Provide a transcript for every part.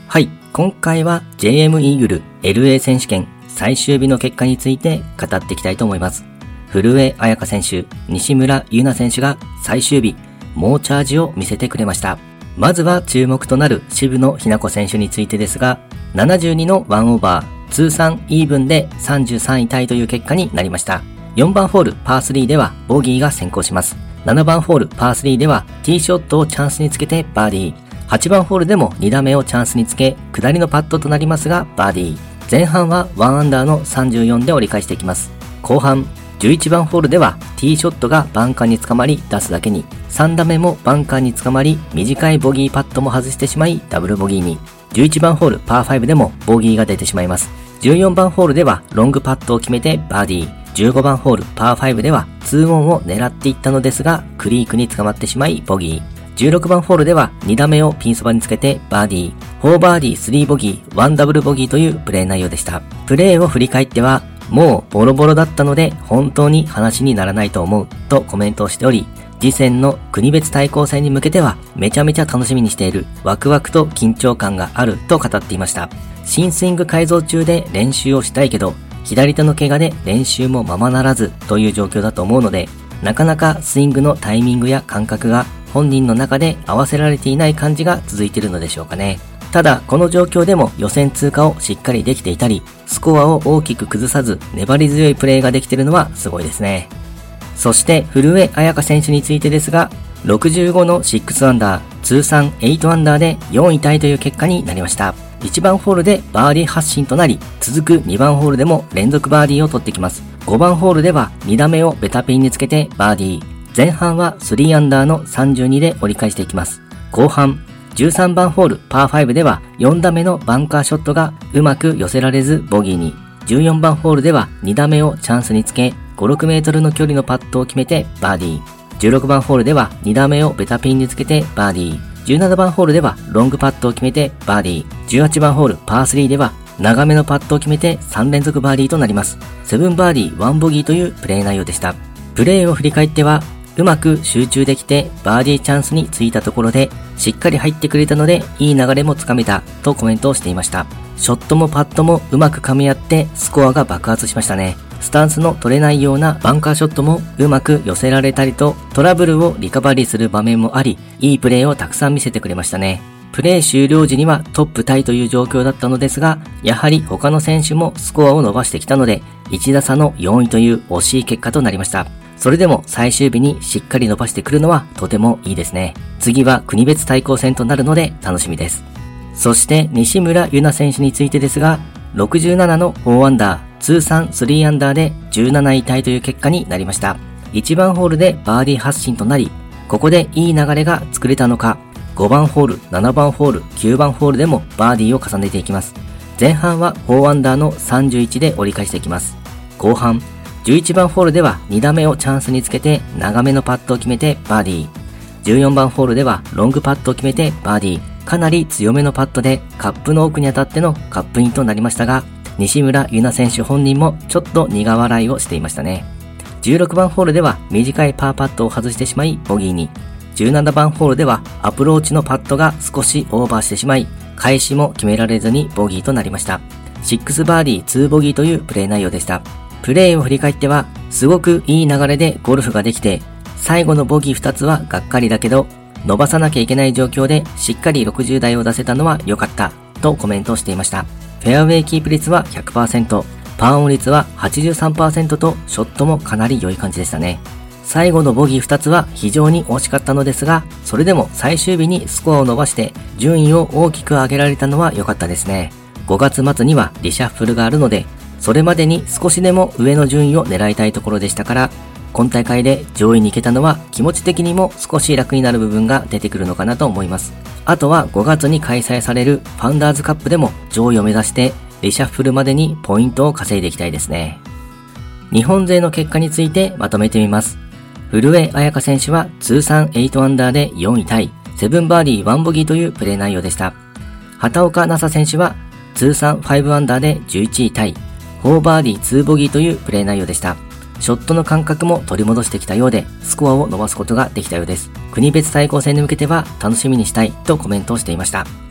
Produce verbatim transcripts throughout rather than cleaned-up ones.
はい、今回は ジェイエム イーグル エルエー 選手権最終日の結果について語っていきたいと思います。古江彩佳選手、西村優菜選手が最終日、猛チャージを見せてくれました。まずは注目となる渋野日向子選手についてですが、ななじゅうにのワンオーバー、通算イーブンでさんじゅうさんいタイという結果になりました。よんばんホールパースリーではボギーが先行します。ななばんホールパースリーではティーショットをチャンスにつけてバーディー。はちばんホールでもに打目をチャンスにつけ、下りのパットとなりますがバーディー。前半はワンアンダーのさんじゅうよんで折り返していきます。後半、じゅういちばんホールではティーショットがバンカーに捕まり出すだけに、さん打目もバンカーに捕まり短いボギーパットも外してしまいダブルボギーに。じゅういちばんホールパーファイブでもボギーが出てしまいます。じゅうよんばんホールではロングパットを決めてバーディー。じゅうごばんホールパーファイブではツーオンを狙っていったのですがクリークに捕まってしまいボギー。じゅうろくばんホールではに打目をピンそばにつけてバーディー。フォーバーディースリーボギー、ワンダブルボギーというプレー内容でした。プレーを振り返っては、もうボロボロだったので本当に話にならないと思うとコメントをしており、次戦の国別対抗戦に向けてはめちゃめちゃ楽しみにしている、ワクワクと緊張感があると語っていました。新スイング改造中で練習をしたいけど、左手の怪我で練習もままならずという状況だと思うので、なかなかスイングのタイミングや感覚が本人の中で合わせられていない感じが続いているのでしょうかね。ただこの状況でも予選通過をしっかりできていたり、スコアを大きく崩さず粘り強いプレーができているのはすごいですね。そして古江彩佳選手についてですが、ろくじゅうごのろくアンダー、通算はちアンダーでよんいタイという結果になりました。いちばんホールでバーディー発進となり、続くにばんホールでも連続バーディーを取ってきます。ごばんホールではに打目をベタピンにつけてバーディー。前半はさんアンダーのさんじゅうにで折り返していきます。後半、じゅうさんばんホールパーファイブではよん打目のバンカーショットがうまく寄せられずボギーに。じゅうよんばんホールではに打目をチャンスにつけ、ご、ろくメートルの距離のパットを決めてバーディー。じゅうろくばんホールではに打目をベタピンにつけてバーディー。じゅうななばんホールではロングパットを決めてバーディー。じゅうはちばんホールパースリーでは長めのパットを決めてさん連続バーディーとなります。ななバーディーワンボギーというプレー内容でした。プレーを振り返っては、うまく集中できてバーディーチャンスについたところでしっかり入ってくれたのでいい流れもつかめたとコメントをしていました。ショットもパットもうまく噛み合ってスコアが爆発しましたね。スタンスの取れないようなバンカーショットもうまく寄せられたりとトラブルをリカバリーする場面もあり、いいプレーをたくさん見せてくれましたね。プレー終了時にはトップタイという状況だったのですが、やはり他の選手もスコアを伸ばしてきたのでいち打差のよんいという惜しい結果となりました。それでも最終日にしっかり伸ばしてくるのはとてもいいですね。次は国別対抗戦となるので楽しみです。そして西村優菜選手についてですが、ろくじゅうななのよんアンダー、通算さんアンダーでじゅうなないタイという結果になりました。いちばんホールでバーディー発進となり、ここでいい流れが作れたのか、ごばんホール、ななばんホール、きゅうばんホールでもバーディーを重ねていきます。前半はよんアンダーのさんじゅういちで折り返していきます。後半、じゅういちばんホールではに打目をチャンスにつけて長めのパットを決めてバーディー。じゅうよんばんホールではロングパットを決めてバーディー。かなり強めのパットでカップの奥に当たってのカップインとなりましたが、西村優菜選手本人もちょっと苦笑いをしていましたね。じゅうろくばんホールでは短いパーパットを外してしまいボギーに。じゅうななばんホールではアプローチのパットが少しオーバーしてしまい、返しも決められずにボギーとなりました。ろくバーディーツーボギーというプレー内容でした。プレーを振り返っては、すごくいい流れでゴルフができて、最後のボギーふたつはがっかりだけど、伸ばさなきゃいけない状況でしっかりろくじゅう台を出せたのは良かったとコメントをしていました。フェアウェイキープ率は ひゃくパーセント、パーオン率は はちじゅうさんパーセント とショットもかなり良い感じでしたね。最後のボギーふたつは非常に惜しかったのですが、それでも最終日にスコアを伸ばして順位を大きく上げられたのは良かったですね。ごがつ末にはリシャッフルがあるので、それまでに少しでも上の順位を狙いたいところでしたから、今大会で上位に行けたのは気持ち的にも少し楽になる部分が出てくるのかなと思います。あとはごがつに開催されるファンダーズカップでも上位を目指してリシャッフルまでにポイントを稼いでいきたいですね。日本勢の結果についてまとめてみます。古江彩佳選手は通算はちアンダーでよんいタイ、ななバーディーワンボギーというプレー内容でした。畑岡奈紗選手は通算ごアンダーでじゅういちいタイ、よんバーディーツーボギーというプレー内容でした。ショットの感覚も取り戻してきたようで、スコアを伸ばすことができたようです。国別対抗戦に向けては楽しみにしたいとコメントをしていました。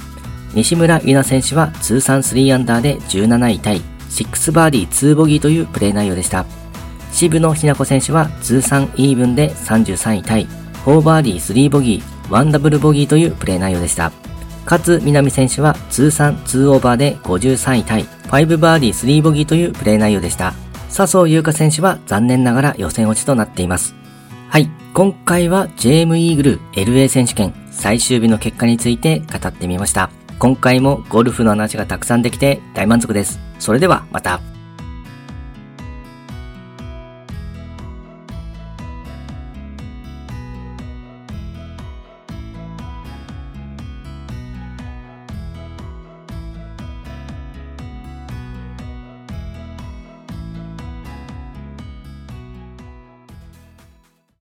西村優菜選手は通算スリーアンダーでじゅうなないタイ、シックスバーディーツーボギーというプレー内容でした。渋野日向子選手は通算イーブンでさんじゅうさんいタイ、フォーバーディースリーボギー、ワンダブルボギーというプレー内容でした。勝みなみ選手は通算ツーオーバーでごじゅうさんいタイ、ファイブバーディースリーボギーというプレー内容でした。笹生優花選手は残念ながら予選落ちとなっています。はい、今回は ジェーエム イーグル エルエー 選手権最終日の結果について語ってみました。今回もゴルフの話がたくさんできて大満足です。それではまた。